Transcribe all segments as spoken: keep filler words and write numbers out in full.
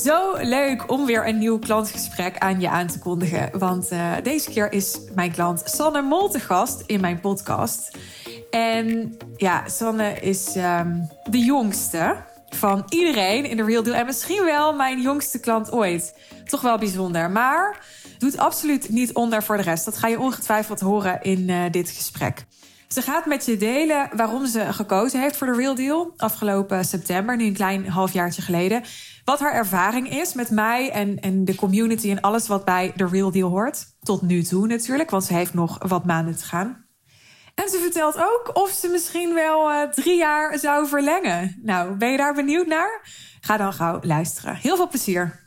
Zo leuk om weer een nieuw klantgesprek aan je aan te kondigen. Want uh, deze keer is mijn klant Sanne Mol te gast in mijn podcast. En ja, Sanne is um, de jongste van iedereen in de Real Deal. En misschien wel mijn jongste klant ooit. Toch wel bijzonder. Maar doet absoluut niet onder voor de rest. Dat ga je ongetwijfeld horen in uh, dit gesprek. Ze gaat met je delen waarom ze gekozen heeft voor de Real Deal. Afgelopen september, nu een klein halfjaartje geleden. Wat haar ervaring is met mij en, en de community en alles wat bij de Real Deal hoort. Tot nu toe natuurlijk, want ze heeft nog wat maanden te gaan. En ze vertelt ook of ze misschien wel uh, drie jaar zou verlengen. Nou, ben je daar benieuwd naar? Ga dan gauw luisteren. Heel veel plezier.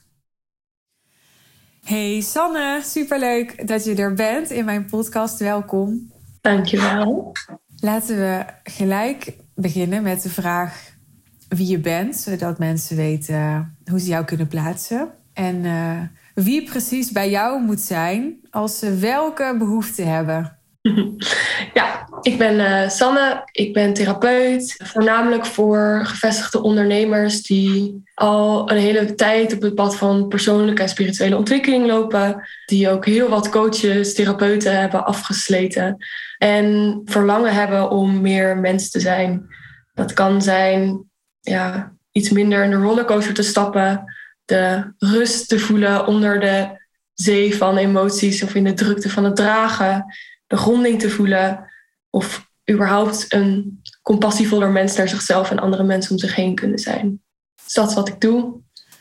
Hey Sanne, superleuk dat je er bent in mijn podcast. Welkom. Dankjewel. Laten we gelijk beginnen met de vraag wie je bent, zodat mensen weten hoe ze jou kunnen plaatsen. En uh, wie precies bij jou moet zijn als ze welke behoeften hebben. Ja, ik ben uh, Sanne. Ik ben therapeut. Voornamelijk voor gevestigde ondernemers die al een hele tijd op het pad van persoonlijke en spirituele ontwikkeling lopen. Die ook heel wat coaches, therapeuten hebben afgesleten. En verlangen hebben om meer mens te zijn. Dat kan zijn ja, iets minder in de rollercoaster te stappen. De rust te voelen onder de zee van emoties of in de drukte van het dragen. De gronding te voelen of überhaupt een compassievoller mens naar zichzelf en andere mensen om zich heen kunnen zijn. Dus dat is wat ik doe.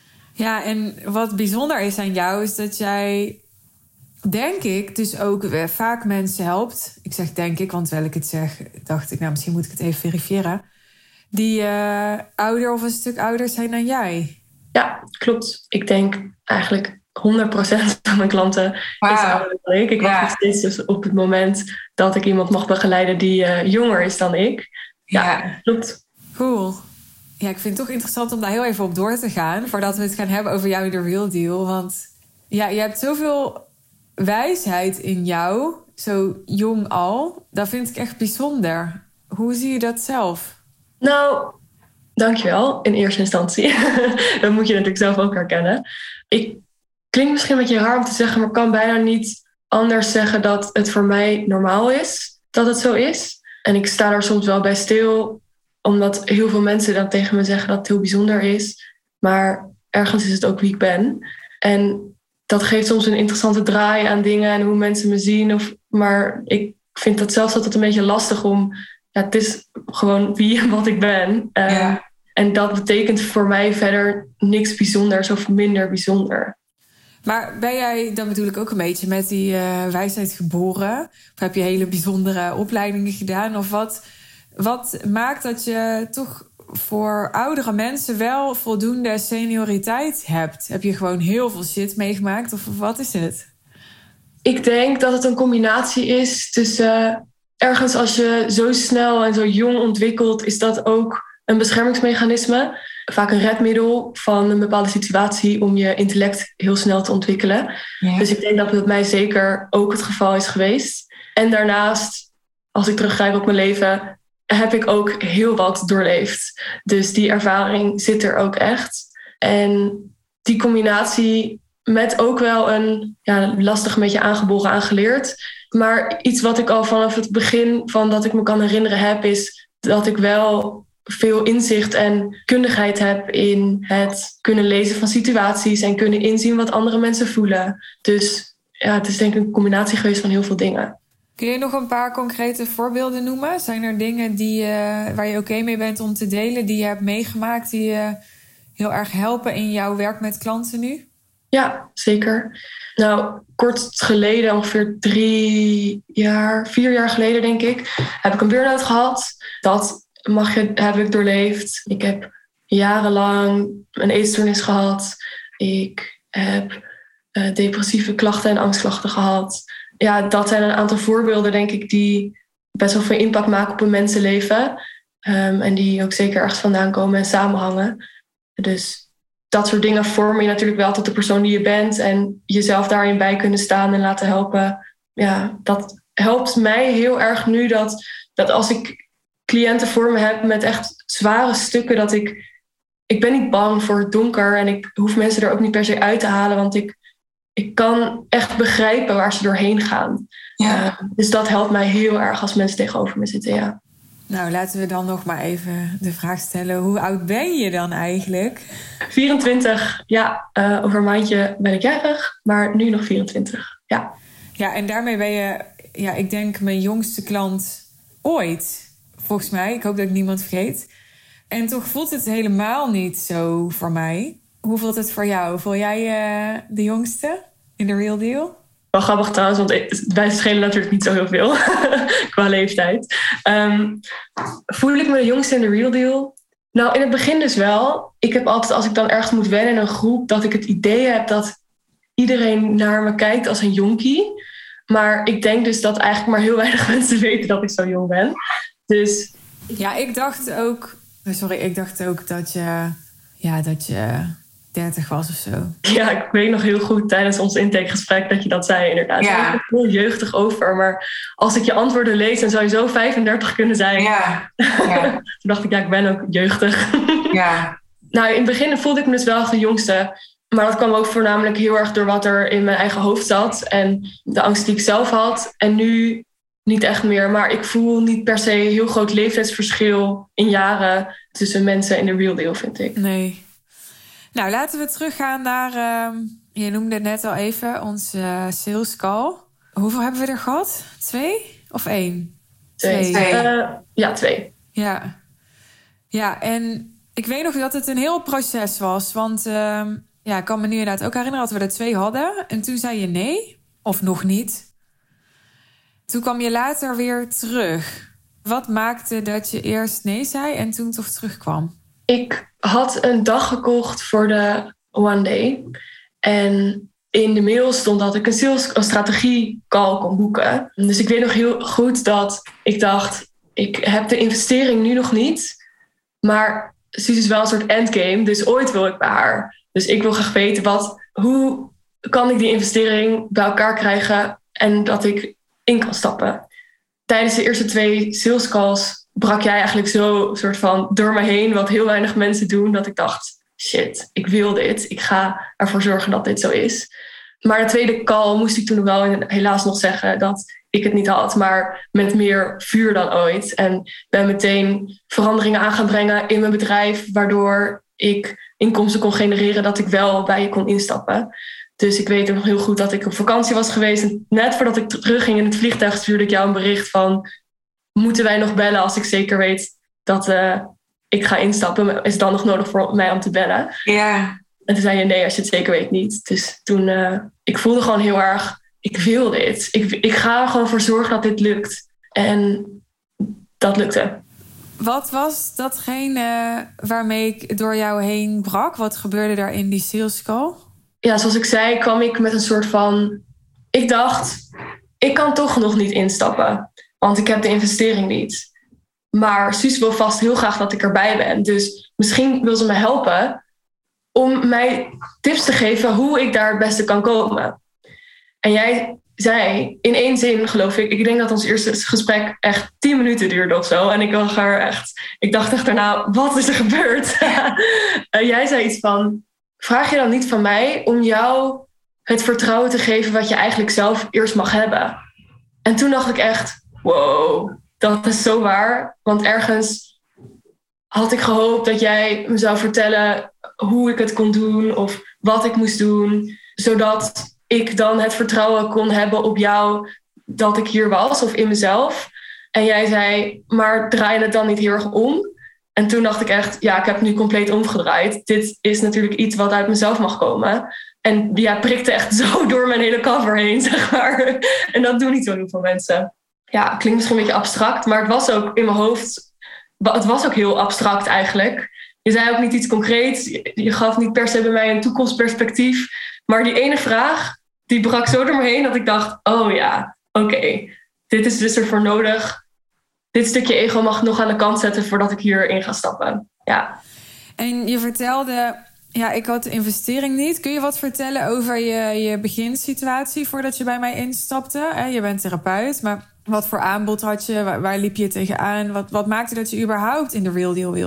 Ja, en wat bijzonder is aan jou is dat jij, denk ik, dus ook vaak mensen helpt. Ik zeg denk ik, want terwijl ik het zeg, dacht ik, nou misschien moet ik het even verifiëren. Die uh, ouder of een stuk ouder zijn dan jij. Ja, klopt. Ik denk eigenlijk honderd procent van mijn klanten wow. is ouder dan ik. Ik wacht ja. nog steeds dus op het moment dat ik iemand mag begeleiden die uh, jonger is dan ik. Ja, ja, klopt. Cool. Ja, ik vind het toch interessant om daar heel even op door te gaan, voordat we het gaan hebben over jou in de Real Deal. Want ja, je hebt zoveel wijsheid in jou, zo jong al. Dat vind ik echt bijzonder. Hoe zie je dat zelf? Nou, dankjewel in eerste instantie. Dat moet je natuurlijk zelf ook herkennen. Ik klinkt misschien een beetje raar om te zeggen, maar ik kan bijna niet anders zeggen dat het voor mij normaal is dat het zo is. En ik sta er soms wel bij stil, omdat heel veel mensen dan tegen me zeggen dat het heel bijzonder is. Maar ergens is het ook wie ik ben. En dat geeft soms een interessante draai aan dingen en hoe mensen me zien. Of, maar ik vind dat zelfs altijd een beetje lastig om... Ja, het is gewoon wie en wat ik ben. Um, ja. En dat betekent voor mij verder niks bijzonders of minder bijzonder. Maar ben jij dan natuurlijk ook een beetje met die uh, wijsheid geboren? Of heb je hele bijzondere opleidingen gedaan? Of wat, wat maakt dat je toch voor oudere mensen wel voldoende senioriteit hebt? Heb je gewoon heel veel shit meegemaakt? Of wat is het? Ik denk dat het een combinatie is tussen... Uh, ergens als je zo snel en zo jong ontwikkelt, is dat ook een beschermingsmechanisme. Vaak een redmiddel van een bepaalde situatie om je intellect heel snel te ontwikkelen. Ja. Dus ik denk dat het bij mij zeker ook het geval is geweest. En daarnaast, als ik terugkijk op mijn leven, heb ik ook heel wat doorleefd. Dus die ervaring zit er ook echt. En die combinatie met ook wel een ja, lastig een beetje aangeboren aangeleerd. Maar iets wat ik al vanaf het begin van dat ik me kan herinneren heb, is dat ik wel veel inzicht en kundigheid heb in het kunnen lezen van situaties en kunnen inzien wat andere mensen voelen. Dus ja, het is denk ik een combinatie geweest van heel veel dingen. Kun je nog een paar concrete voorbeelden noemen? Zijn er dingen die, uh, waar je oké mee bent om te delen, die je hebt meegemaakt, die je heel erg helpen in jouw werk met klanten nu? Ja, zeker. Nou, kort geleden, ongeveer drie jaar, vier jaar geleden denk ik, heb ik een burn-out gehad. Dat mag je, heb ik doorleefd. Ik heb jarenlang een eetstoornis gehad. Ik heb uh, depressieve klachten en angstklachten gehad. Ja, dat zijn een aantal voorbeelden, denk ik, die best wel veel impact maken op een mensenleven. Um, en die ook zeker ergens vandaan komen en samenhangen. Dus dat soort dingen vormen je natuurlijk wel tot de persoon die je bent. En jezelf daarin bij kunnen staan en laten helpen. Ja, dat helpt mij heel erg nu dat, dat als ik cliënten voor me heb met echt zware stukken, dat ik ik ben niet bang voor het donker. En ik hoef mensen er ook niet per se uit te halen. Want ik, ik kan echt begrijpen waar ze doorheen gaan. Ja. Uh, dus dat helpt mij heel erg als mensen tegenover me zitten, ja. Nou, laten we dan nog maar even de vraag stellen. Hoe oud ben je dan eigenlijk? vierentwintig, ja. Uh, over een maandje ben ik jarig. Maar nu nog vierentwintig, ja. Ja, en daarmee ben je, ja, ik denk mijn jongste klant ooit. Volgens mij. Ik hoop dat ik niemand vergeet. En toch voelt het helemaal niet zo voor mij. Hoe voelt het voor jou? Voel jij uh, de jongste in The Real Deal? Wel grappig trouwens, want wij schelen natuurlijk niet zo heel veel qua leeftijd. Um, voel ik me de jongste in The Real Deal? Nou, in het begin dus wel. Ik heb altijd, als ik dan ergens moet wennen in een groep, dat ik het idee heb dat iedereen naar me kijkt als een jonkie. Maar ik denk dus dat eigenlijk maar heel weinig mensen weten dat ik zo jong ben. Dus ja, ik dacht ook, sorry, ik dacht ook dat je, ja, dat je dertig was of zo. Ja, ik weet nog heel goed tijdens ons intakegesprek dat je dat zei, inderdaad. Ja. Ik ben heel jeugdig over, maar als ik je antwoorden lees, dan zou je zo vijfendertig kunnen zijn. Ja. Ja. Toen dacht ik, ja, ik ben ook jeugdig. Ja. Nou, in het begin voelde ik me dus wel als de jongste. Maar dat kwam ook voornamelijk heel erg door wat er in mijn eigen hoofd zat. En de angst die ik zelf had. En nu niet echt meer. Maar ik voel niet per se een heel groot leeftijdsverschil in jaren tussen mensen in The Real Deal, vind ik. Nee. Nou, laten we teruggaan naar, uh, je noemde het net al even, onze uh, sales call. Hoeveel hebben we er gehad? Twee of één? Twee. twee. Uh, ja, twee. Ja. Ja, en ik weet nog dat het een heel proces was. Want uh, ja, ik kan me nu inderdaad ook herinneren dat we er twee hadden. En toen zei je nee, of nog niet. Toen kwam je later weer terug. Wat maakte dat je eerst nee zei en toen toch terugkwam? Ik had een dag gekocht voor de One Day. En in de mail stond dat ik een sales een strategie call kon boeken. Dus ik weet nog heel goed dat ik dacht, ik heb de investering nu nog niet. Maar Suus is wel een soort endgame, dus ooit wil ik bij haar. Dus ik wil graag weten, wat, hoe kan ik die investering bij elkaar krijgen en dat ik in kan stappen. Tijdens de eerste twee sales calls brak jij eigenlijk zo soort van door me heen, wat heel weinig mensen doen, dat ik dacht, shit, ik wil dit. Ik ga ervoor zorgen dat dit zo is. Maar de tweede call moest ik toen wel helaas nog zeggen dat ik het niet had, maar met meer vuur dan ooit. En ben meteen veranderingen aan gaan brengen in mijn bedrijf, waardoor ik inkomsten kon genereren dat ik wel bij je kon instappen. Dus ik weet nog heel goed dat ik op vakantie was geweest. En net voordat ik terugging in het vliegtuig stuurde ik jou een bericht van, moeten wij nog bellen als ik zeker weet dat uh, ik ga instappen? Is het dan nog nodig voor mij om te bellen? Ja. En toen zei je nee, als je het zeker weet niet. Dus toen, uh, ik voelde gewoon heel erg, ik wil dit. Ik, ik ga er gewoon voor zorgen dat dit lukt. En dat lukte. Wat was datgene waarmee ik door jou heen brak? Wat gebeurde daar in die sales call? Ja, zoals ik zei, kwam ik met een soort van, ik dacht, ik kan toch nog niet instappen. Want ik heb de investering niet. Maar Suus wil vast heel graag dat ik erbij ben. Dus misschien wil ze me helpen om mij tips te geven hoe ik daar het beste kan komen. En jij zei in één zin, geloof ik, ik denk dat ons eerste gesprek echt tien minuten duurde of zo. En ik dacht er echt, ik dacht echt daarna, wat is er gebeurd? En jij zei iets van, vraag je dan niet van mij om jou het vertrouwen te geven wat je eigenlijk zelf eerst mag hebben? En toen dacht ik echt, wow, dat is zo waar. Want ergens had ik gehoopt dat jij me zou vertellen hoe ik het kon doen of wat ik moest doen, zodat ik dan het vertrouwen kon hebben op jou dat ik hier was of in mezelf. En jij zei, maar draai het dan niet heel erg om? En toen dacht ik echt, ja, ik heb het nu compleet omgedraaid. Dit is natuurlijk iets wat uit mezelf mag komen. En ja, prikte echt zo door mijn hele cover heen, zeg maar. En dat doen niet zo heel veel mensen. Ja, het klinkt misschien een beetje abstract, maar het was ook in mijn hoofd, het was ook heel abstract eigenlijk. Je zei ook niet iets concreets. Je gaf niet per se bij mij een toekomstperspectief. Maar die ene vraag, die brak zo door me heen dat ik dacht, oh ja, oké, okay, dit is dus ervoor nodig. Dit stukje ego mag ik nog aan de kant zetten voordat ik hierin ga stappen. Ja. En je vertelde, ja, ik had de investering niet. Kun je wat vertellen over je, je beginsituatie voordat je bij mij instapte? Je bent therapeut, maar wat voor aanbod had je? Waar, waar liep je tegenaan? Wat, wat maakte dat je überhaupt in The Real Deal wilde?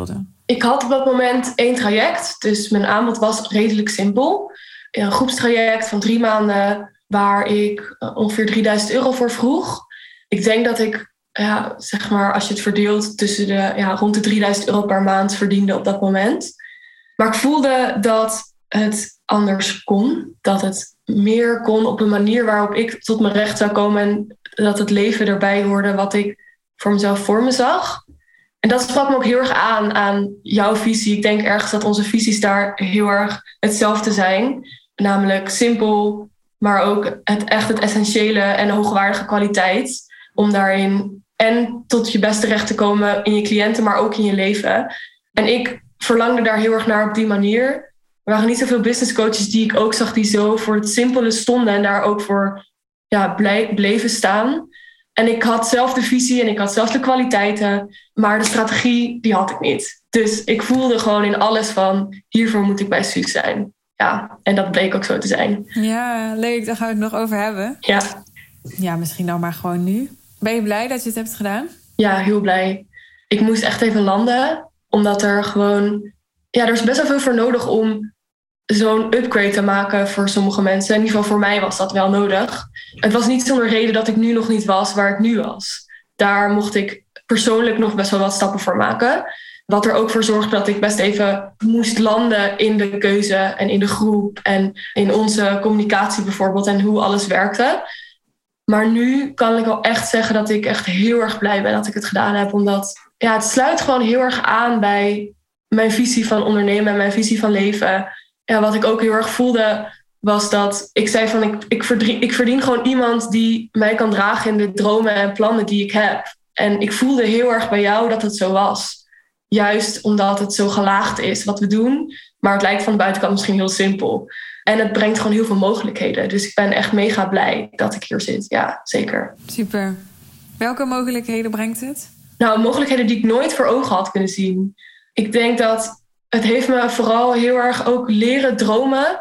Ik had op dat moment één traject. Dus mijn aanbod was redelijk simpel. Een groepstraject van drie maanden waar ik ongeveer drieduizend euro voor vroeg. Ik denk dat ik, ja, zeg maar, als je het verdeelt tussen de ja, rond de drieduizend euro per maand verdiende op dat moment. Maar ik voelde dat het anders kon. Dat het meer kon op een manier waarop ik tot mijn recht zou komen. En dat het leven erbij hoorde wat ik voor mezelf voor me zag. En dat sprak me ook heel erg aan, aan jouw visie. Ik denk ergens dat onze visies daar heel erg hetzelfde zijn. Namelijk simpel, maar ook het, echt het essentiële en hoogwaardige kwaliteit. Om daarin en tot je beste recht te komen in je cliënten, maar ook in je leven. En ik verlangde daar heel erg naar op die manier. Er waren niet zoveel business coaches die ik ook zag die zo voor het simpele stonden en daar ook voor ja, blij, bleven staan. En ik had zelf de visie en ik had zelf de kwaliteiten, maar de strategie die had ik niet. Dus ik voelde gewoon in alles van hiervoor moet ik bij Suus zijn. Ja, en dat bleek ook zo te zijn. Ja, leuk. Daar gaan we het nog over hebben. Ja. Ja, misschien dan maar gewoon nu. Ben je blij dat je het hebt gedaan? Ja, heel blij. Ik moest echt even landen, omdat er gewoon... Ja, er is best wel veel voor nodig om zo'n upgrade te maken voor sommige mensen. In ieder geval voor mij was dat wel nodig. Het was niet zonder reden dat ik nu nog niet was waar ik nu was. Daar mocht ik persoonlijk nog best wel wat stappen voor maken. Wat er ook voor zorgde dat ik best even moest landen in de keuze en in de groep en in onze communicatie bijvoorbeeld en hoe alles werkte. Maar nu kan ik wel echt zeggen dat ik echt heel erg blij ben dat ik het gedaan heb. Omdat ja, het sluit gewoon heel erg aan bij mijn visie van ondernemen en mijn visie van leven. Ja, wat ik ook heel erg voelde was dat ik zei van ik, ik, verdien, ik verdien gewoon iemand die mij kan dragen in de dromen en plannen die ik heb. En ik voelde heel erg bij jou dat het zo was. Juist omdat het zo gelaagd is wat we doen. Maar het lijkt van de buitenkant misschien heel simpel. En het brengt gewoon heel veel mogelijkheden. Dus ik ben echt mega blij dat ik hier zit. Ja, zeker. Super. Welke mogelijkheden brengt het? Nou, mogelijkheden die ik nooit voor ogen had kunnen zien. Ik denk dat het heeft me vooral heel erg ook leren dromen.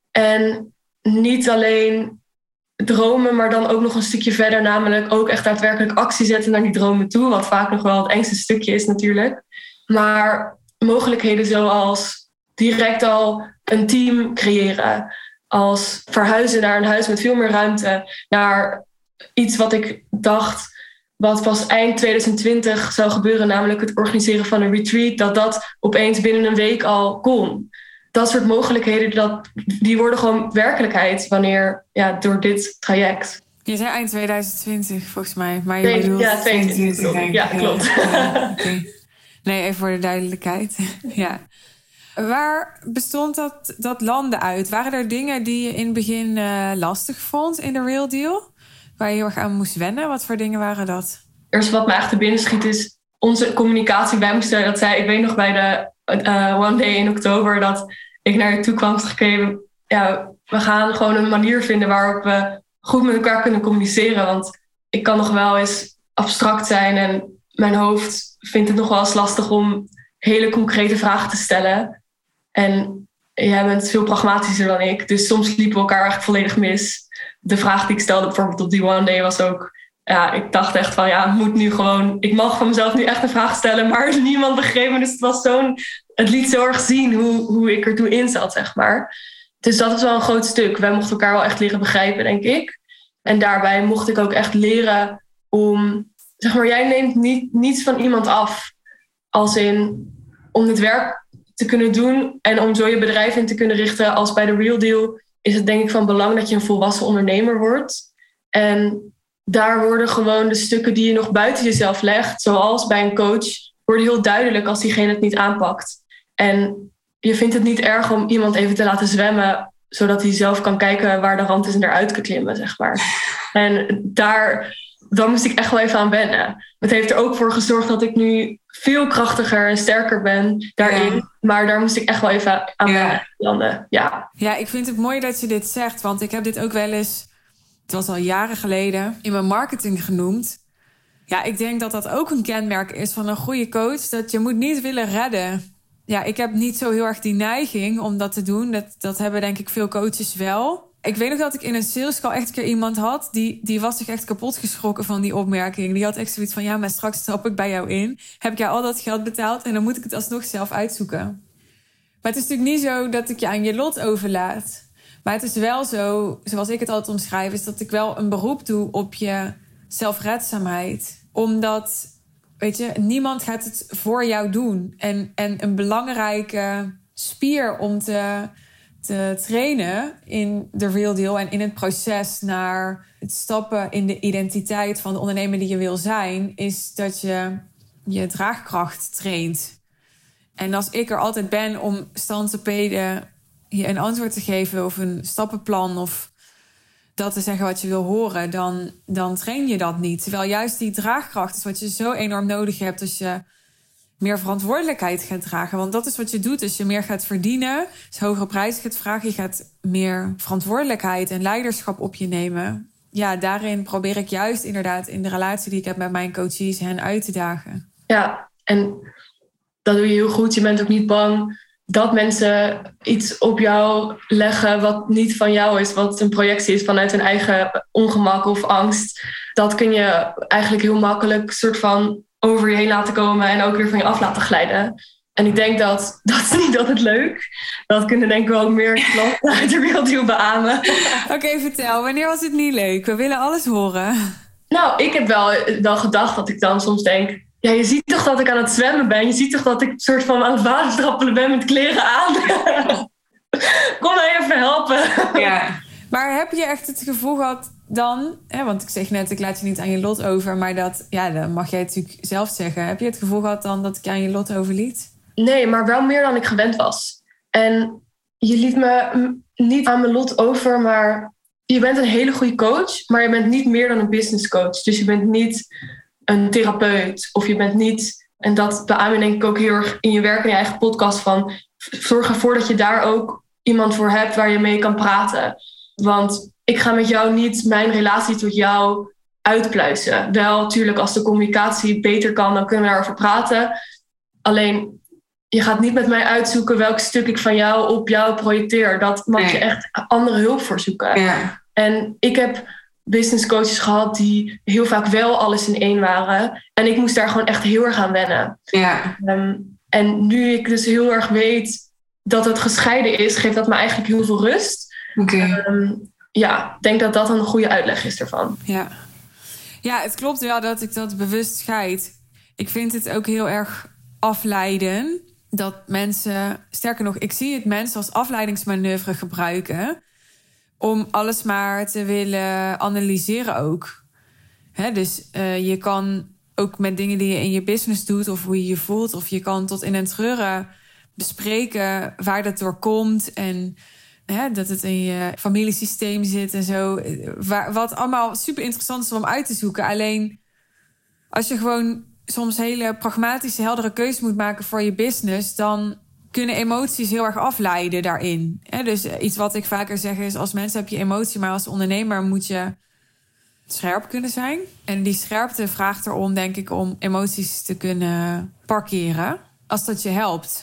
En niet alleen dromen, maar dan ook nog een stukje verder. Namelijk ook echt daadwerkelijk actie zetten naar die dromen toe. Wat vaak nog wel het engste stukje is natuurlijk. Maar mogelijkheden zoals direct al een team creëren. Als verhuizen naar een huis met veel meer ruimte. Naar iets wat ik dacht wat pas eind twintig twintig zou gebeuren. Namelijk het organiseren van een retreat. Dat dat opeens binnen een week al kon. Dat soort mogelijkheden, dat, die worden gewoon werkelijkheid wanneer ja, door dit traject. Je zei eind twintig twintig volgens mij. Maar je nee, bedoelt ja, tweeëntwintig, tweeëntwintig. ja, klopt. Ja, okay. Nee, even voor de duidelijkheid. Ja. Waar bestond dat, dat landen uit? Waren er dingen die je in het begin uh, lastig vond in de Real Deal? Waar je heel erg aan moest wennen? Wat voor dingen waren dat? Eerst wat me echt te binnen schiet is onze communicatie. Wij moesten, dat zei, ik weet nog bij de uh, One Day in oktober dat ik naar je toe kwam gegeven. Ja, we gaan gewoon een manier vinden waarop we goed met elkaar kunnen communiceren. Want ik kan nog wel eens abstract zijn en mijn hoofd vindt het nog wel eens lastig om hele concrete vragen te stellen. En jij bent veel pragmatischer dan ik. Dus soms liepen we elkaar eigenlijk volledig mis. De vraag die ik stelde bijvoorbeeld op die One Day was ook... Ja, ik dacht echt van ja, moet nu gewoon... Ik mag van mezelf nu echt een vraag stellen, maar niemand begreep me. Dus het was zo'n... Het liet zo erg zien hoe, hoe ik er toen in zat, zeg maar. Dus dat is wel een groot stuk. Wij mochten elkaar wel echt leren begrijpen, denk ik. En daarbij mocht ik ook echt leren om... Zeg maar, jij neemt niet, niets van iemand af. Als in om het werk te kunnen doen en om zo je bedrijf in te kunnen richten als bij de Real Deal... is het denk ik van belang dat je een volwassen ondernemer wordt. En daar worden gewoon de stukken die je nog buiten jezelf legt, zoals bij een coach, worden heel duidelijk als diegene het niet aanpakt. En je vindt het niet erg om iemand even te laten zwemmen, zodat hij zelf kan kijken waar de rand is en eruit kan klimmen, zeg maar. En daar, daar moest ik echt wel even aan wennen. Het heeft er ook voor gezorgd dat ik nu veel krachtiger en sterker ben daarin. Ja. Maar daar moest ik echt wel even aan ja. landen. Ja. ja, ik vind het mooi dat je dit zegt, want ik heb dit ook wel eens... Het was al jaren geleden in mijn marketing genoemd. Ja, ik denk dat dat ook een kenmerk is van een goede coach. Dat je moet niet willen redden. Ja, ik heb niet zo heel erg die neiging om dat te doen. Dat, dat hebben denk ik veel coaches wel. Ik weet nog dat ik in een salescall echt een keer iemand had... Die, die was zich echt kapot geschrokken van die opmerking. Die had echt zoiets van... ja, maar straks stap ik bij jou in. Heb ik jou al dat geld betaald... en dan moet ik het alsnog zelf uitzoeken. Maar het is natuurlijk niet zo dat ik je aan je lot overlaat. Maar het is wel zo, zoals ik het altijd omschrijf... is dat ik wel een beroep doe op je zelfredzaamheid. Omdat, weet je, niemand gaat het voor jou doen. En, en een belangrijke spier om te... te trainen in de real deal en in het proces naar het stappen in de identiteit van de ondernemer die je wil zijn, is dat je je draagkracht traint. En als ik er altijd ben om standsupeden je een antwoord te geven of een stappenplan of dat te zeggen wat je wil horen, dan, dan train je dat niet. Terwijl juist die draagkracht is wat je zo enorm nodig hebt als je meer verantwoordelijkheid gaat dragen. Want dat is wat je doet. Als je meer gaat verdienen, dus hogere prijzen gaat vragen, je gaat meer verantwoordelijkheid en leiderschap op je nemen. Ja, daarin probeer ik juist inderdaad in de relatie die ik heb met mijn coaches hen uit te dagen. Ja, en dat doe je heel goed. Je bent ook niet bang dat mensen iets op jou leggen wat niet van jou is, wat een projectie is vanuit hun eigen ongemak of angst. Dat kun je eigenlijk heel makkelijk soort van over je heen laten komen en ook weer van je af laten glijden. En ik denk dat, dat is niet altijd leuk. Dat kunnen denk ik wel meer klanten uit de wereld heel beamen. Oké, okay, vertel. Wanneer was het niet leuk? We willen alles horen. Nou, ik heb wel, wel gedacht dat ik dan soms denk... Ja, je ziet toch dat ik aan het zwemmen ben? Je ziet toch dat ik soort van aan het water trappelen ben met kleren aan? Kom mij even helpen. Ja. Maar heb je echt het gevoel gehad dan... Hè, want ik zeg net, ik laat je niet aan je lot over... maar dat, ja, dat mag jij natuurlijk zelf zeggen. Heb je het gevoel gehad dan dat ik je aan je lot overliet? Nee, maar wel meer dan ik gewend was. En je liet me niet aan mijn lot over, maar... Je bent een hele goede coach, maar je bent niet meer dan een business coach. Dus je bent niet een therapeut of je bent niet... En dat beaam je denk ik ook heel erg in je werk en je eigen podcast van... Zorg ervoor dat je daar ook iemand voor hebt waar je mee kan praten. Want ik ga met jou niet mijn relatie tot jou uitpluizen. Wel, natuurlijk, als de communicatie beter kan, dan kunnen we daarover praten. Alleen, je gaat niet met mij uitzoeken welk stuk ik van jou op jou projecteer. Dat mag nee. je echt andere hulp voor zoeken. Ja. En ik heb business coaches gehad die heel vaak wel alles in één waren. En ik moest daar gewoon echt heel erg aan wennen. Ja. Um, en nu ik dus heel erg weet dat het gescheiden is, geeft dat me eigenlijk heel veel rust. Okay. Um, ja, ik denk dat dat een goede uitleg is ervan. Ja. Ja, het klopt wel dat ik dat bewust scheid. Ik vind het ook heel erg afleiden dat mensen... Sterker nog, ik zie het mensen als afleidingsmanoeuvre gebruiken om alles maar te willen analyseren ook. Hè, dus uh, je kan ook met dingen die je in je business doet of hoe je je voelt, of je kan tot in en treuren bespreken waar dat door komt en hè, dat het in je familiesysteem zit en zo. Waar, wat allemaal super interessant is om uit te zoeken. Alleen als je gewoon soms hele pragmatische, heldere keuzes moet maken voor je business, dan kunnen emoties heel erg afleiden daarin. Hè, dus iets wat ik vaker zeg is, als mens heb je emotie, maar als ondernemer moet je scherp kunnen zijn. En die scherpte vraagt erom, denk ik, om emoties te kunnen parkeren, als dat je helpt.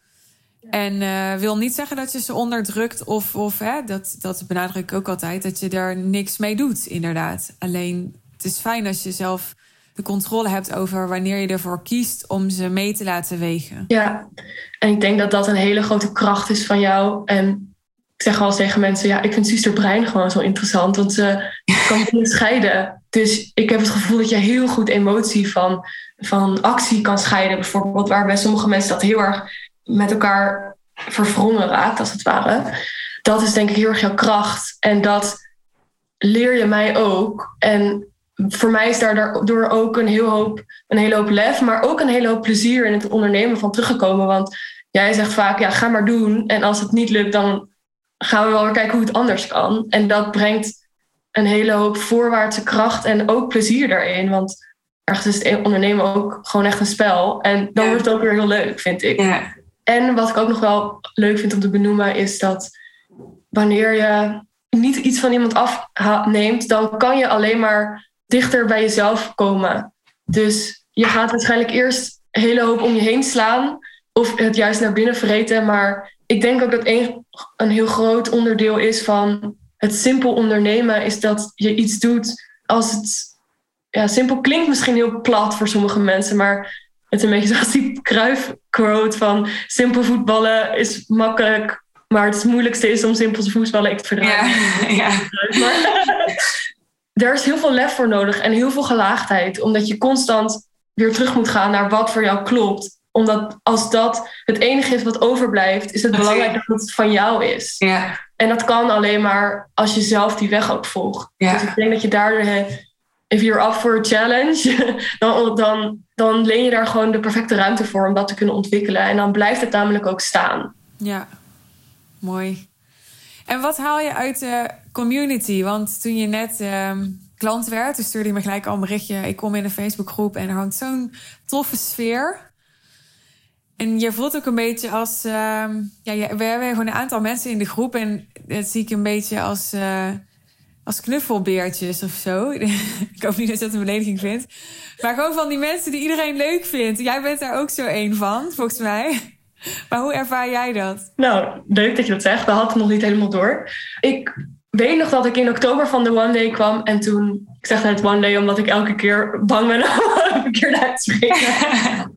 En uh, wil niet zeggen dat je ze onderdrukt of, of hè, dat, dat benadruk ik ook altijd, dat je daar niks mee doet, inderdaad. Alleen, het is fijn als je zelf de controle hebt over wanneer je ervoor kiest om ze mee te laten wegen. Ja, en ik denk dat dat een hele grote kracht is van jou. En ik zeg wel eens tegen mensen, ja, ik vind Suster Brein gewoon zo interessant, want ze kan dingen scheiden. Dus ik heb het gevoel dat je heel goed emotie van, van actie kan scheiden, bijvoorbeeld, waar bij sommige mensen dat heel erg met elkaar verwrongen raakt, als het ware. Dat is denk ik heel erg jouw kracht. En dat leer je mij ook. En voor mij is daar daardoor ook een, heel hoop, een hele hoop lef, maar ook een hele hoop plezier in het ondernemen van teruggekomen. Want jij zegt vaak, ja, ga maar doen. En als het niet lukt, dan gaan we wel weer kijken hoe het anders kan. En dat brengt een hele hoop voorwaartse kracht en ook plezier daarin. Want ergens is het ondernemen ook gewoon echt een spel. En dan ja. wordt het ook weer heel leuk, vind ik. Ja. En wat ik ook nog wel leuk vind om te benoemen, is dat wanneer je niet iets van iemand afneemt, dan kan je alleen maar dichter bij jezelf komen. Dus je gaat waarschijnlijk eerst een hele hoop om je heen slaan of het juist naar binnen vreten. Maar ik denk ook dat een, een heel groot onderdeel is van het simpel ondernemen is dat je iets doet als het... Ja, simpel klinkt misschien heel plat voor sommige mensen, maar het is een beetje zoals die Cruyff-quote van simpel voetballen is makkelijk, maar het moeilijkste is om simpel te voetballen. Ik verdraai ja, ja. Maar er is heel veel lef voor nodig en heel veel gelaagdheid, omdat je constant weer terug moet gaan naar wat voor jou klopt. Omdat als dat het enige is wat overblijft, is het belangrijk dat het van jou is. Ja. En dat kan alleen maar als je zelf die weg ook volgt. Ja. Dus ik denk dat je daar... If you're up for a challenge, dan, dan, dan leen je daar gewoon de perfecte ruimte voor om dat te kunnen ontwikkelen. En dan blijft het namelijk ook staan. Ja, mooi. En wat haal je uit de community? Want toen je net uh, klant werd, toen stuurde je me gelijk al een berichtje. Ik kom in een Facebookgroep en er hangt zo'n toffe sfeer. En je voelt ook een beetje als... Uh, ja, we hebben gewoon een aantal mensen in de groep. En dat zie ik een beetje als... Uh, Als knuffelbeertjes of zo. Ik hoop niet dat je dat een belediging vindt. Maar gewoon van die mensen die iedereen leuk vindt. Jij bent daar ook zo één van, volgens mij. Maar hoe ervaar jij dat? Nou, leuk dat je dat zegt. We hadden het nog niet helemaal door. Ik weet nog dat ik in oktober van de One Day kwam. En toen... Ik zeg net One Day omdat ik elke keer bang ben om een keer uit te spreken.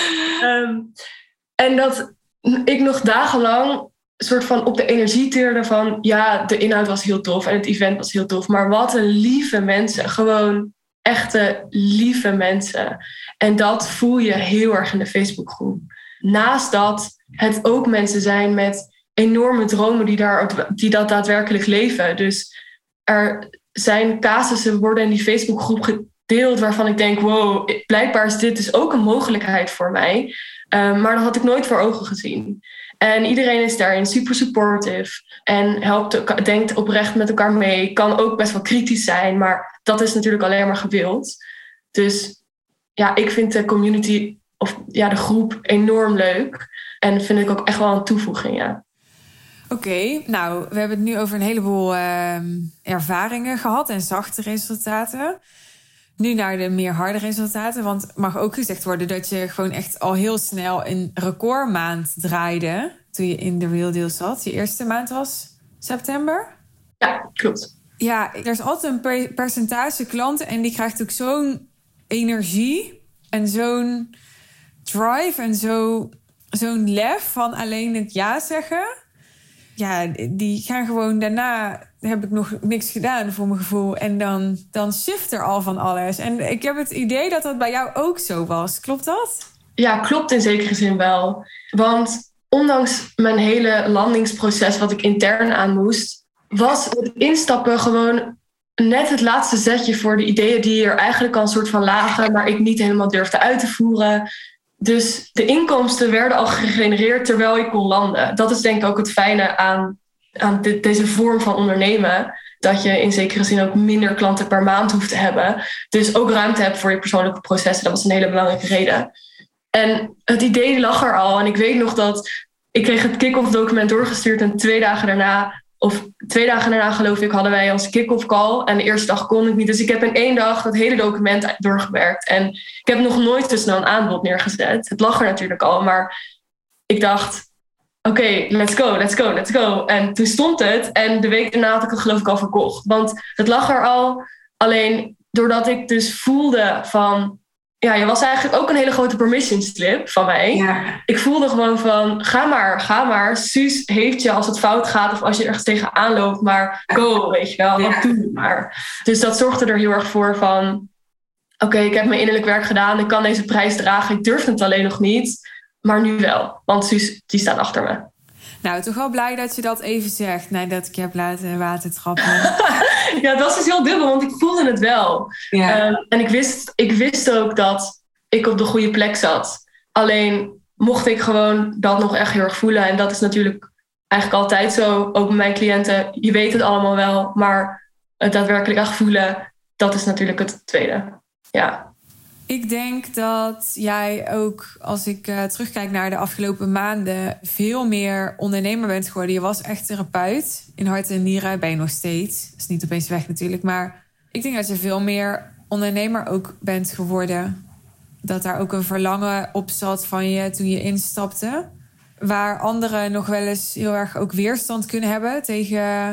um, en dat ik nog dagenlang... soort van op de energie teerde van... ja, de inhoud was heel tof en het event was heel tof. Maar wat een lieve mensen. Gewoon echte lieve mensen. En dat voel je heel erg in de Facebookgroep. Naast dat het ook mensen zijn met enorme dromen... die, daar, die dat daadwerkelijk leven. Dus er zijn casussen worden in die Facebookgroep gedeeld... waarvan ik denk, wow, blijkbaar is dit dus ook een mogelijkheid voor mij. Uh, maar dat had ik nooit voor ogen gezien. En iedereen is daarin super supportive en helpt, denkt oprecht met elkaar mee. Kan ook best wel kritisch zijn, maar dat is natuurlijk alleen maar gewild. Dus ja, ik vind de community of ja, de groep enorm leuk. En vind ik ook echt wel een toevoeging, ja. Oké, okay, nou, we hebben het nu over een heleboel uh, ervaringen gehad en zachte resultaten. Nu naar de meer harde resultaten. Want het mag ook gezegd worden dat je gewoon echt al heel snel een recordmaand draaide. Toen je in de Real Deal zat. Je eerste maand was september? Ja, klopt. Ja, er is altijd een per- percentage klanten. En die krijgt ook zo'n energie. En zo'n drive. En zo, zo'n lef van alleen het ja zeggen. Ja, die gaan gewoon daarna... heb ik nog niks gedaan voor mijn gevoel. En dan, dan shift er al van alles. En ik heb het idee dat dat bij jou ook zo was. Klopt dat? Ja, klopt in zekere zin wel. Want ondanks mijn hele landingsproces... wat ik intern aan moest... was het instappen gewoon net het laatste zetje... voor de ideeën die er eigenlijk al een soort van lagen... maar ik niet helemaal durfde uit te voeren... Dus de inkomsten werden al gegenereerd terwijl ik kon landen. Dat is denk ik ook het fijne aan, aan dit, deze vorm van ondernemen. Dat je in zekere zin ook minder klanten per maand hoeft te hebben. Dus ook ruimte hebt voor je persoonlijke processen. Dat was een hele belangrijke reden. En het idee lag er al. En ik weet nog dat ik kreeg het kick-off document doorgestuurd. En twee dagen daarna, of twee dagen daarna geloof ik, hadden wij onze kick-off call. En de eerste dag kon ik niet. Dus ik heb in één dag dat hele document doorgewerkt. En ik heb nog nooit zo snel een aanbod neergezet. Het lag er natuurlijk al, maar ik dacht... Oké, okay, let's go, let's go, let's go. En toen stond het en de week daarna had ik het geloof ik al verkocht. Want het lag er al, alleen doordat ik dus voelde van... Ja, je was eigenlijk ook een hele grote permission slip van mij. Ja. Ik voelde gewoon van, ga maar, ga maar. Suus heeft je als het fout gaat of als je ergens tegenaan loopt, maar go, weet je wel, wat doe maar. Dus dat zorgde er heel erg voor van... Oké, okay, ik heb mijn innerlijk werk gedaan, ik kan deze prijs dragen. Ik durf het alleen nog niet, maar nu wel. Want Suus, die staat achter me. Nou, toch wel blij dat je dat even zegt, nadat ik je heb laten watertrappen. Ja, het was dus heel dubbel, want ik voelde het wel. Ja. Um, en ik wist, ik wist ook dat ik op de goede plek zat. Alleen mocht ik gewoon dat nog echt heel erg voelen. En dat is natuurlijk eigenlijk altijd zo. Ook met mijn cliënten, je weet het allemaal wel. Maar het daadwerkelijk echt voelen, dat is natuurlijk het tweede. Ja. Ik denk dat jij ook, als ik uh, terugkijk naar de afgelopen maanden... veel meer ondernemer bent geworden. Je was echt therapeut. In hart en nieren ben je nog steeds. Dat is niet opeens weg natuurlijk. Maar ik denk dat je veel meer ondernemer ook bent geworden. Dat daar ook een verlangen op zat van je toen je instapte. Waar anderen nog wel eens heel erg ook weerstand kunnen hebben... tegen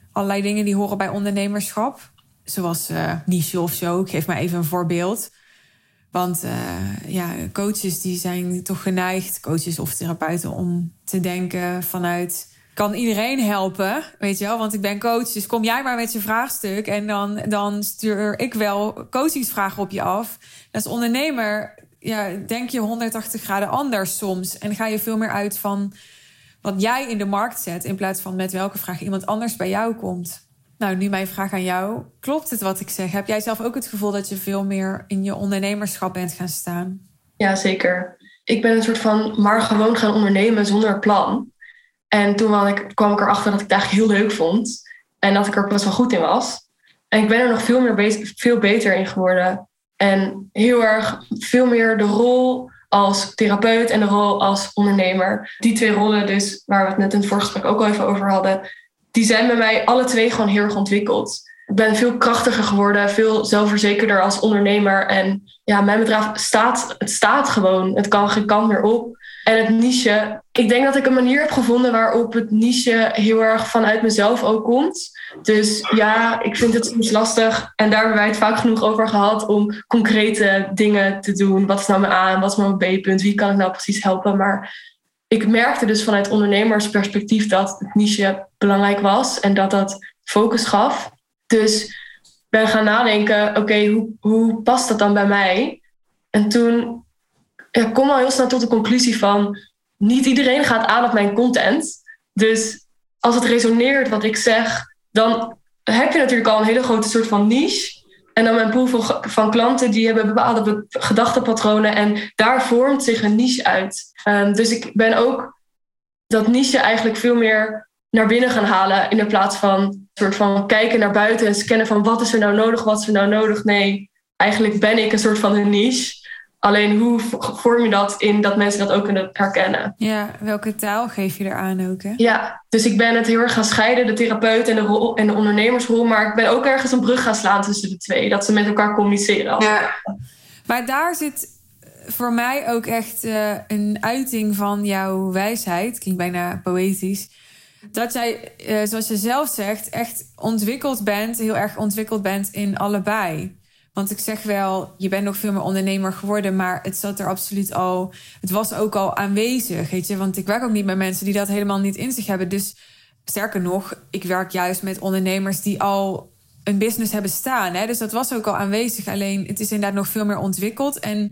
allerlei dingen die horen bij ondernemerschap. Zoals uh, niche of zo. Ik geef maar even een voorbeeld. Want uh, ja, coaches die zijn toch geneigd, coaches of therapeuten, om te denken vanuit, kan iedereen helpen, weet je wel? Want ik ben coach, dus kom jij maar met je vraagstuk en dan, dan stuur ik wel coachingsvragen op je af. Als ondernemer ja, denk je honderdtachtig graden anders soms en ga je veel meer uit van wat jij in de markt zet in plaats van met welke vraag iemand anders bij jou komt. Nou, nu mijn vraag aan jou. Klopt het wat ik zeg? Heb jij zelf ook het gevoel dat je veel meer in je ondernemerschap bent gaan staan? Ja, zeker. Ik ben een soort van maar gewoon gaan ondernemen zonder plan. En toen ik, kwam ik erachter dat ik het eigenlijk heel leuk vond. En dat ik er best wel goed in was. En ik ben er nog veel, meer be- veel beter in geworden. En heel erg veel meer de rol als therapeut en de rol als ondernemer. Die twee rollen dus, waar we het net in het voorgesprek ook al even over hadden, die zijn bij mij alle twee gewoon heel erg ontwikkeld. Ik ben veel krachtiger geworden, veel zelfverzekerder als ondernemer. En ja, mijn bedrijf staat, het staat gewoon. Het kan geen kant meer op. En het niche, ik denk dat ik een manier heb gevonden waarop het niche heel erg vanuit mezelf ook komt. Dus ja, ik vind het soms lastig. En daar hebben wij het vaak genoeg over gehad om concrete dingen te doen. Wat is nou mijn A en wat is nou mijn B-punt? Wie kan ik nou precies helpen? Maar ik merkte dus vanuit ondernemersperspectief dat het niche belangrijk was en dat dat focus gaf. Dus ben gaan nadenken, oké, okay, hoe, hoe past dat dan bij mij? En toen ja, kom al heel snel tot de conclusie van, niet iedereen gaat aan op mijn content. Dus als het resoneert wat ik zeg, dan heb je natuurlijk al een hele grote soort van niche. En dan mijn pool van, van klanten, die hebben bepaalde gedachtepatronen en daar vormt zich een niche uit. Um, dus ik ben ook dat niche eigenlijk veel meer naar binnen gaan halen in de plaats van soort van kijken naar buiten en scannen van wat is er nou nodig, wat is er nou nodig. Nee, eigenlijk ben ik een soort van een niche. Alleen hoe vorm je dat in dat mensen dat ook kunnen herkennen? Ja, welke taal geef je eraan ook, hè? Ja, dus ik ben het heel erg gaan scheiden, de therapeut en de, rol, en de ondernemersrol. Maar ik ben ook ergens een brug gaan slaan tussen de twee. Dat ze met elkaar communiceren. Ja. Maar daar zit voor mij ook echt uh, een uiting van jouw wijsheid. Klinkt bijna poëtisch. Dat jij, uh, zoals je zelf zegt, echt ontwikkeld bent. Heel erg ontwikkeld bent in allebei. Want ik zeg wel, je bent nog veel meer ondernemer geworden, maar het zat er absoluut al, het was ook al aanwezig, weet je. Want ik werk ook niet met mensen die dat helemaal niet in zich hebben. Dus sterker nog, ik werk juist met ondernemers die al een business hebben staan. Hè? Dus dat was ook al aanwezig. Alleen het is inderdaad nog veel meer ontwikkeld. En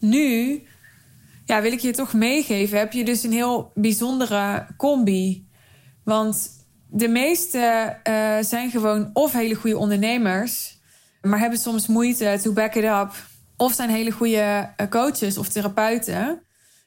nu, ja, wil ik je toch meegeven, heb je dus een heel bijzondere combi. Want de meeste uh, zijn gewoon of hele goede ondernemers, maar hebben soms moeite to back it up. Of zijn hele goede coaches of therapeuten,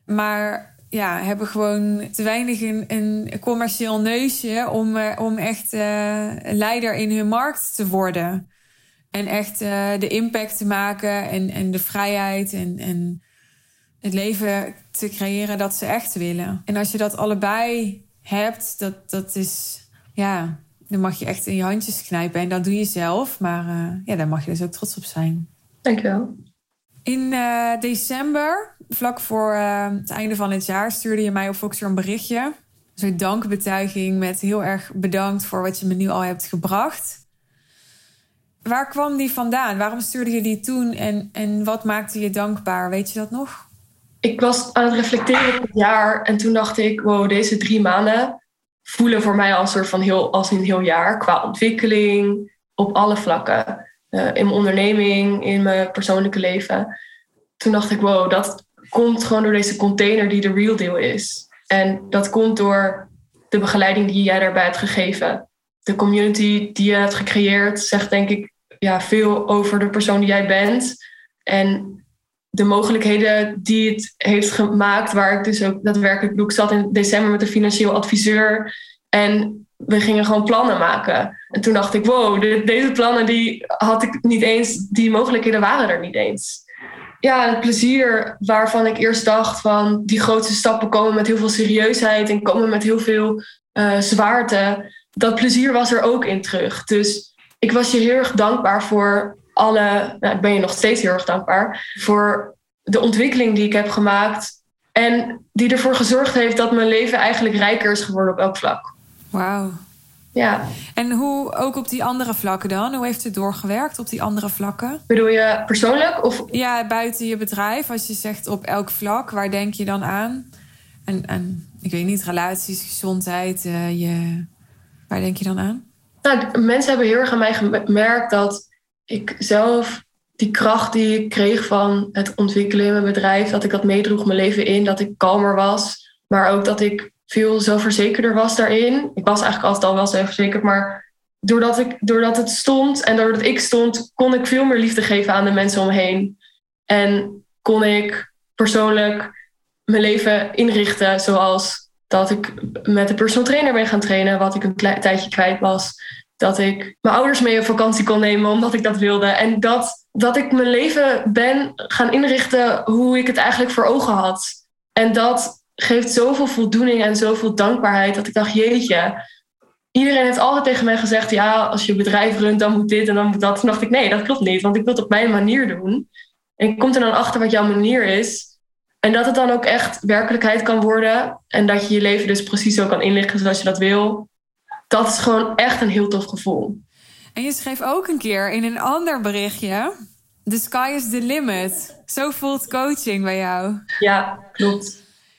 maar ja, hebben gewoon te weinig een, een commercieel neusje om, uh, om echt uh, leider in hun markt te worden. En echt uh, de impact te maken en, en de vrijheid en, en het leven te creëren dat ze echt willen. En als je dat allebei hebt, dat, dat is, ja, dan mag je echt in je handjes knijpen. En dat doe je zelf, maar uh, ja, daar mag je dus ook trots op zijn. Dankjewel. In uh, december, vlak voor uh, het einde van het jaar, stuurde je mij op Voxer een berichtje. Een soort dankbetuiging met heel erg bedankt voor wat je me nu al hebt gebracht. Waar kwam die vandaan? Waarom stuurde je die toen? En, en wat maakte je dankbaar? Weet je dat nog? Ik was aan het reflecteren op het jaar. En toen dacht ik, wow, deze drie maanden voelen voor mij al een soort van heel, als een heel jaar. Qua ontwikkeling, op alle vlakken. Uh, in mijn onderneming, in mijn persoonlijke leven. Toen dacht ik, wow, dat komt gewoon door deze container die de real deal is. En dat komt door de begeleiding die jij daarbij hebt gegeven. De community die je hebt gecreëerd zegt denk ik ja, veel over de persoon die jij bent. En de mogelijkheden die het heeft gemaakt, waar ik dus ook daadwerkelijk doe. Ik zat in december met een financieel adviseur en we gingen gewoon plannen maken. En toen dacht ik, wow, de, deze plannen die had ik niet eens, die mogelijkheden waren er niet eens. Ja, het plezier waarvan ik eerst dacht van die grootste stappen komen met heel veel serieusheid en komen met heel veel uh, zwaarte. Dat plezier was er ook in terug. Dus ik was je heel erg dankbaar voor alle, nou, ik ben je nog steeds heel erg dankbaar voor de ontwikkeling die ik heb gemaakt en die ervoor gezorgd heeft dat mijn leven eigenlijk rijker is geworden op elk vlak. Wauw. Ja. En hoe ook op die andere vlakken dan? Hoe heeft het doorgewerkt op die andere vlakken? Bedoel je persoonlijk? Of... Ja, buiten je bedrijf. Als je zegt op elk vlak, waar denk je dan aan? En, en ik weet niet, relaties, gezondheid, uh, je... waar denk je dan aan? Nou, mensen hebben heel erg aan mij gemerkt dat ik zelf die kracht die ik kreeg van het ontwikkelen in mijn bedrijf, dat ik dat meedroeg mijn leven in, dat ik kalmer was, maar ook dat ik veel zelfverzekerder was daarin. Ik was eigenlijk altijd al wel zelfverzekerd, maar doordat, ik, doordat het stond en doordat ik stond, kon ik veel meer liefde geven aan de mensen om me heen. En kon ik persoonlijk mijn leven inrichten zoals dat ik met een personal trainer ben gaan trainen, wat ik een kle- tijdje kwijt was. Dat ik mijn ouders mee op vakantie kon nemen omdat ik dat wilde. En dat, dat ik mijn leven ben gaan inrichten hoe ik het eigenlijk voor ogen had. En dat geeft zoveel voldoening en zoveel dankbaarheid dat ik dacht, jeetje. Iedereen heeft altijd tegen mij gezegd, ja, als je bedrijf runt, dan moet dit en dan moet dat. Toen dacht ik, nee, dat klopt niet, want ik wil het op mijn manier doen. En ik kom er dan achter wat jouw manier is. En dat het dan ook echt werkelijkheid kan worden. En dat je je leven dus precies zo kan inrichten zoals je dat wil. Dat is gewoon echt een heel tof gevoel. En je schreef ook een keer in een ander berichtje, the sky is the limit. Zo voelt coaching bij jou. Ja, klopt.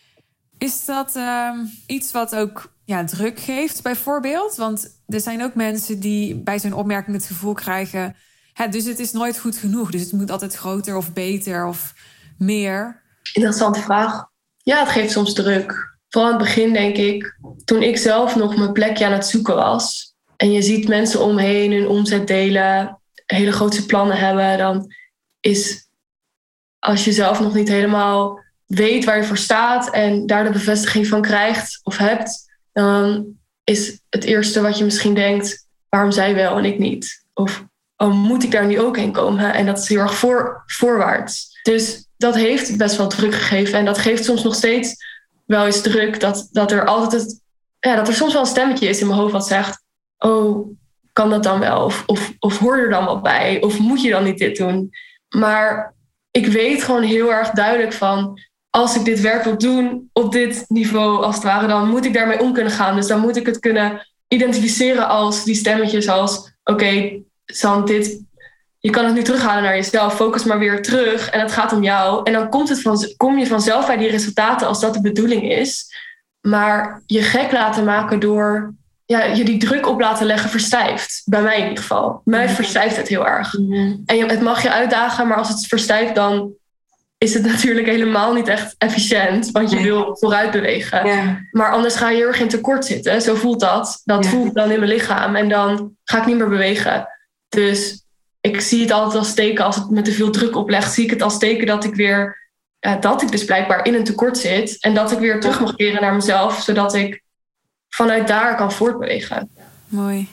Is dat uh, iets wat ook ja, druk geeft bijvoorbeeld? Want er zijn ook mensen die bij zo'n opmerking het gevoel krijgen, hè, dus het is nooit goed genoeg. Dus het moet altijd groter of beter of meer. Interessante vraag. Ja, het geeft soms druk. Vooral aan het begin denk ik, toen ik zelf nog mijn plekje aan het zoeken was. En je ziet mensen omheen hun omzet delen, hele grote plannen hebben. Dan is, als je zelf nog niet helemaal weet waar je voor staat en daar de bevestiging van krijgt of hebt, dan is het eerste wat je misschien denkt, waarom zij wel en ik niet? Of oh, moet ik daar nu ook heen komen? En dat is heel erg voor, voorwaarts. Dus dat heeft best wel druk gegeven. En dat geeft soms nog steeds wel eens druk. Dat, dat er altijd het, ja, dat er soms wel een stemmetje is in mijn hoofd wat zegt, oh, kan dat dan wel? Of, of, of hoor je er dan wel bij? Of moet je dan niet dit doen? Maar ik weet gewoon heel erg duidelijk van, als ik dit werk wil doen op dit niveau, als het ware, dan moet ik daarmee om kunnen gaan. Dus dan moet ik het kunnen identificeren als die stemmetjes als, oké, okay, San, dit, je kan het nu terughalen naar jezelf. Focus maar weer terug en het gaat om jou. En dan komt het van, kom je vanzelf bij die resultaten als dat de bedoeling is. Maar je gek laten maken door ja, je die druk op laten leggen verstijft. Bij mij in ieder geval. Mij verstijft het heel erg. Mm-hmm. En je, het mag je uitdagen, maar als het verstijft, dan is het natuurlijk helemaal niet echt efficiënt. Want je nee. wil vooruit bewegen. Ja. Maar anders ga je heel erg in tekort zitten. Zo voelt dat. Dat ja. voel ik dan in mijn lichaam. En dan ga ik niet meer bewegen. Dus ik zie het altijd als teken, als het me te veel druk oplegt, zie ik het als teken dat ik weer, ja, dat ik dus blijkbaar in een tekort zit. En dat ik weer terug mag keren naar mezelf, zodat ik vanuit daar kan voortbewegen. Mooi.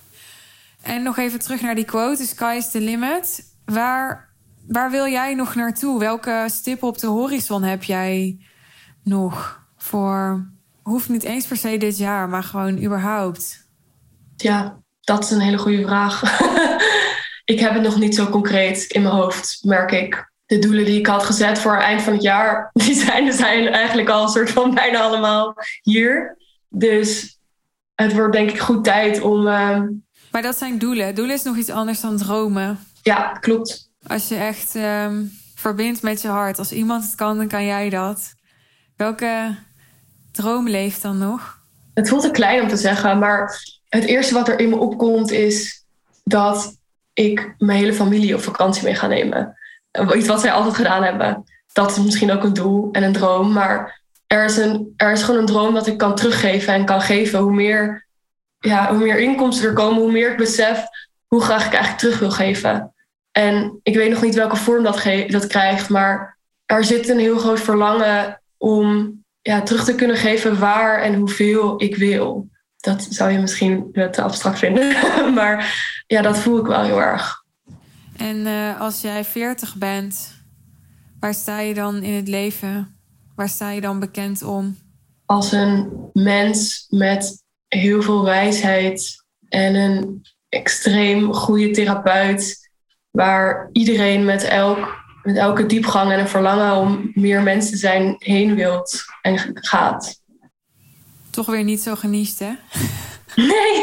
En nog even terug naar die quote, the sky is the limit. Waar, waar wil jij nog naartoe? Welke stippen op de horizon heb jij nog voor, hoeft niet eens per se dit jaar, maar gewoon überhaupt? Ja, dat is een hele goede vraag. Ik heb het nog niet zo concreet in mijn hoofd, merk ik. De doelen die ik had gezet voor het eind van het jaar, die zijn, zijn eigenlijk al een soort van bijna allemaal hier. Dus het wordt denk ik goed tijd om... Uh... Maar dat zijn doelen. Doelen is nog iets anders dan dromen. Ja, klopt. Als je echt um, verbindt met je hart. Als iemand het kan, dan kan jij dat. Welke droom leeft dan nog? Het voelt te klein om te zeggen, maar het eerste wat er in me opkomt is dat ik mijn hele familie op vakantie mee ga nemen. Iets wat zij altijd gedaan hebben. Dat is misschien ook een doel en een droom. Maar er is, een, er is gewoon een droom dat ik kan teruggeven en kan geven. Hoe meer, ja, hoe meer inkomsten er komen, hoe meer ik besef hoe graag ik eigenlijk terug wil geven. En ik weet nog niet welke vorm dat, ge- dat krijgt. Maar er zit een heel groot verlangen om ja, terug te kunnen geven waar en hoeveel ik wil. Dat zou je misschien te abstract vinden. Maar ja, dat voel ik wel heel erg. En uh, als jij veertig bent, waar sta je dan in het leven? Waar sta je dan bekend om? Als een mens met heel veel wijsheid en een extreem goede therapeut, waar iedereen met, elk, met elke diepgang en een verlangen om meer mens te zijn heen wilt en gaat. Toch weer niet zo geniest, hè? Nee.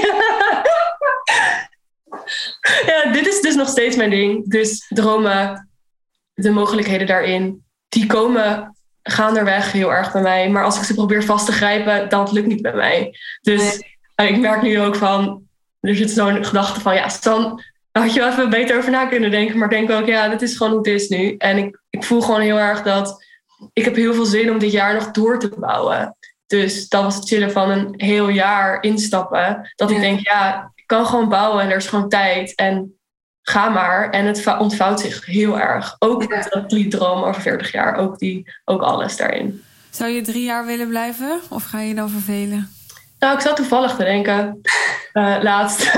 Ja, dit is dus nog steeds mijn ding. Dus dromen, de mogelijkheden daarin, die komen gaandeweg heel erg bij mij. Maar als ik ze probeer vast te grijpen, dat lukt niet bij mij. Dus nee. Ik merk nu ook van, er zit zo'n gedachte van, ja, Stan, daar had je wel even beter over na kunnen denken. Maar ik denk ook, ja, dit is gewoon hoe het is nu. En ik, ik voel gewoon heel erg dat ik heb heel veel zin om dit jaar nog door te bouwen. Dus dat was het chillen van een heel jaar instappen. Dat ja. ik denk, ja, ik kan gewoon bouwen en er is gewoon tijd. En ga maar. En het ontvouwt zich heel erg. Ook ja. dat liedroom over veertig jaar. Ook, die, ook alles daarin. Zou je drie jaar willen blijven? Of ga je dan vervelen? Nou, ik zat toevallig te denken. Uh, laatst.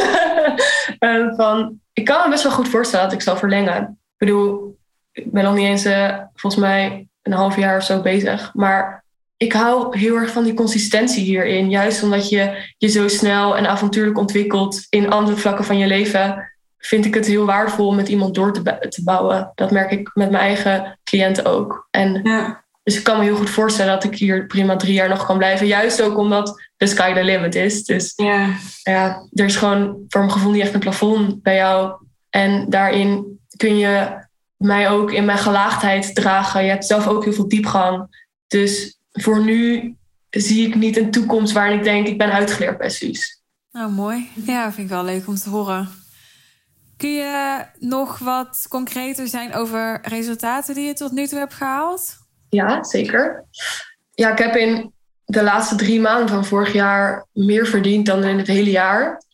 uh, van, ik kan me best wel goed voorstellen dat ik zal verlengen. Ik bedoel, ik ben nog niet eens uh, volgens mij een half jaar of zo bezig. Maar ik hou heel erg van die consistentie hierin. Juist omdat je je zo snel en avontuurlijk ontwikkelt in andere vlakken van je leven, vind ik het heel waardevol om met iemand door te, te bouwen. Dat merk ik met mijn eigen cliënten ook. En ja. Dus ik kan me heel goed voorstellen dat ik hier prima drie jaar nog kan blijven. Juist ook omdat the sky the limit is. Dus ja, ja er is gewoon voor mijn gevoel niet echt een plafond bij jou. En daarin kun je mij ook in mijn gelaagdheid dragen. Je hebt zelf ook heel veel diepgang. Dus voor nu zie ik niet een toekomst waarin ik denk, ik ben uitgeleerd bij Suus. Nou, mooi. Ja, vind ik wel leuk om te horen. Kun je nog wat concreter zijn over resultaten die je tot nu toe hebt gehaald? Ja, zeker. Ja, ik heb in de laatste drie maanden van vorig jaar meer verdiend dan in het hele jaar.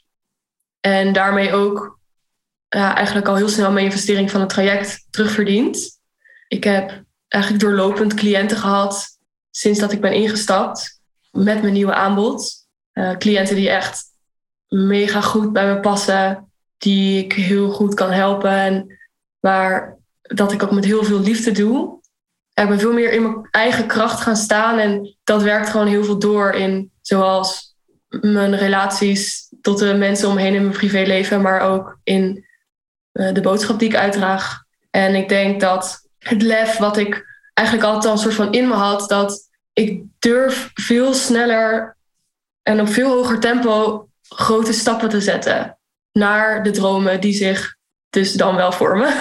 En daarmee ook ja, eigenlijk al heel snel mijn investering van het traject terugverdiend. Ik heb eigenlijk doorlopend cliënten gehad sinds dat ik ben ingestapt met mijn nieuwe aanbod. Uh, cliënten die echt mega goed bij me passen, die ik heel goed kan helpen en waar dat ik ook met heel veel liefde doe. Ik ben veel meer in mijn eigen kracht gaan staan en dat werkt gewoon heel veel door in zoals mijn relaties tot de mensen omheen in mijn privéleven, maar ook in uh, de boodschap die ik uitdraag. En ik denk dat het lef wat ik eigenlijk altijd al een soort van in me had, dat ik durf veel sneller en op veel hoger tempo grote stappen te zetten naar de dromen die zich dus dan wel vormen.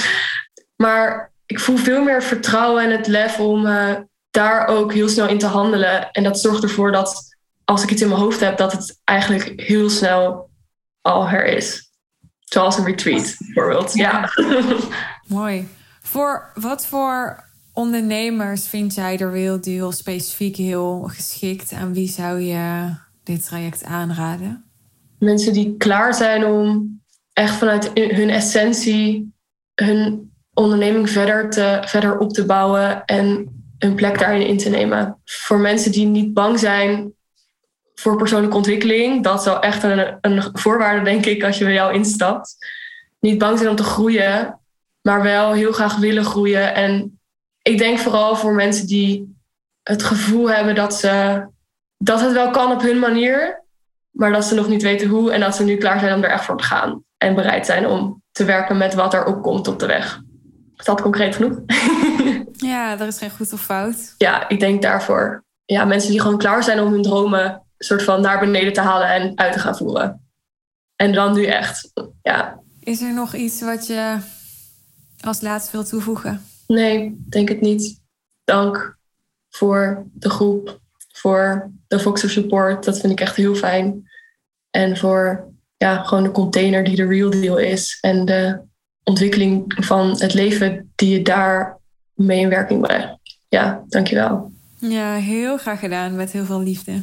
Maar ik voel veel meer vertrouwen en het lef om uh, daar ook heel snel in te handelen. En dat zorgt ervoor dat als ik iets in mijn hoofd heb, dat het eigenlijk heel snel al er is. Zoals een retreat, bijvoorbeeld. Ja. Mooi. Voor wat voor ondernemers vind jij de Real Deal specifiek heel geschikt? Aan wie zou je dit traject aanraden? Mensen die klaar zijn om echt vanuit hun essentie hun onderneming verder, te, verder op te bouwen en een plek daarin in te nemen. Voor mensen die niet bang zijn voor persoonlijke ontwikkeling, dat is wel echt een, een voorwaarde, denk ik, als je bij jou instapt. Niet bang zijn om te groeien, maar wel heel graag willen groeien. En ik denk vooral voor mensen die het gevoel hebben dat, ze, dat het wel kan op hun manier, maar dat ze nog niet weten hoe en dat ze nu klaar zijn om er echt voor te gaan. En bereid zijn om te werken met wat er opkomt op de weg. Is dat concreet genoeg? Ja, er is geen goed of fout. Ja, ik denk daarvoor. Ja, mensen die gewoon klaar zijn om hun dromen soort van naar beneden te halen en uit te gaan voeren. En dan nu echt, ja. Is er nog iets wat je als laatste wilt toevoegen? Nee, denk het niet. Dank voor de groep, voor de Voxer support. Dat vind ik echt heel fijn. En voor ja, gewoon de container die de Real Deal is. En de ontwikkeling van het leven die je daar mee in werking brengt. Ja, dankjewel. Ja, heel graag gedaan. Met heel veel liefde.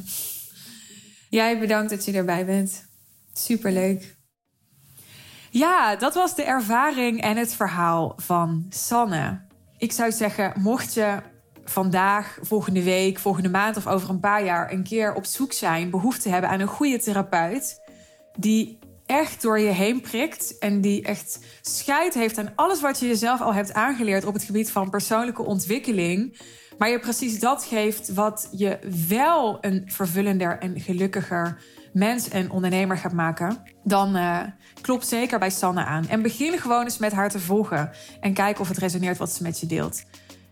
Jij bedankt dat je erbij bent. Superleuk. Ja, dat was de ervaring en het verhaal van Sanne. Ik zou zeggen, mocht je vandaag, volgende week, volgende maand of over een paar jaar een keer op zoek zijn, behoefte hebben aan een goede therapeut die echt door je heen prikt en die echt scheid heeft aan alles wat je jezelf al hebt aangeleerd op het gebied van persoonlijke ontwikkeling, maar je precies dat geeft wat je wel een vervullender en gelukkiger mens en ondernemer gaat maken, dan uh, klop zeker bij Sanne aan. En begin gewoon eens met haar te volgen en kijk of het resoneert wat ze met je deelt.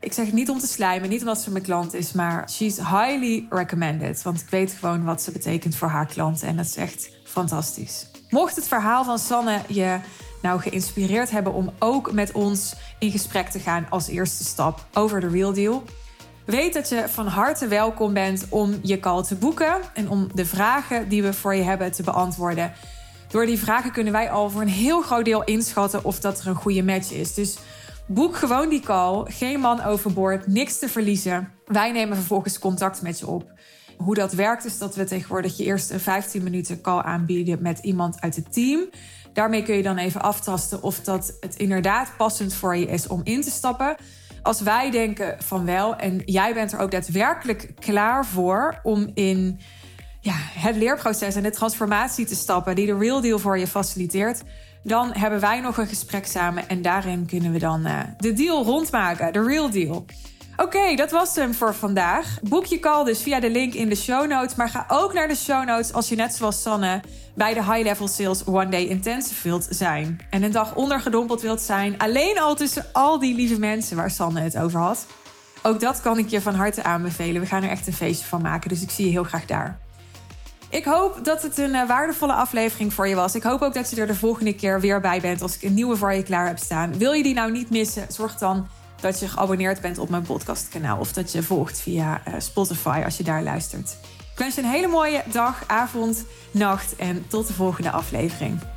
Ik zeg het niet om te slijmen, niet omdat ze mijn klant is, maar she's highly recommended. Want ik weet gewoon wat ze betekent voor haar klanten en dat is echt fantastisch. Mocht het verhaal van Sanne je nou geïnspireerd hebben om ook met ons in gesprek te gaan als eerste stap over de Real Deal, weet dat je van harte welkom bent om je call te boeken en om de vragen die we voor je hebben te beantwoorden. Door die vragen kunnen wij al voor een heel groot deel inschatten of dat er een goede match is. Dus boek gewoon die call, geen man overboord, niks te verliezen. Wij nemen vervolgens contact met je op. Hoe dat werkt is dat we tegenwoordig je eerst een vijftien minuten call aanbieden met iemand uit het team. Daarmee kun je dan even aftasten of dat het inderdaad passend voor je is om in te stappen. Als wij denken van wel en jij bent er ook daadwerkelijk klaar voor om in ja, het leerproces en de transformatie te stappen die de Real Deal voor je faciliteert, dan hebben wij nog een gesprek samen en daarin kunnen we dan uh, de deal rondmaken, de Real Deal. Oké, okay, dat was hem voor vandaag. Boek je call dus via de link in de show notes. Maar ga ook naar de show notes als je net zoals Sanne bij de High Level Sales One Day Intensive wilt zijn. En een dag ondergedompeld wilt zijn. Alleen al tussen al die lieve mensen waar Sanne het over had. Ook dat kan ik je van harte aanbevelen. We gaan er echt een feestje van maken. Dus ik zie je heel graag daar. Ik hoop dat het een uh, waardevolle aflevering voor je was. Ik hoop ook dat je er de volgende keer weer bij bent als ik een nieuwe voor je klaar heb staan. Wil je die nou niet missen? Zorg dan dat je geabonneerd bent op mijn podcastkanaal of dat je volgt via uh, Spotify als je daar luistert. Ik wens je een hele mooie dag, avond, nacht en tot de volgende aflevering.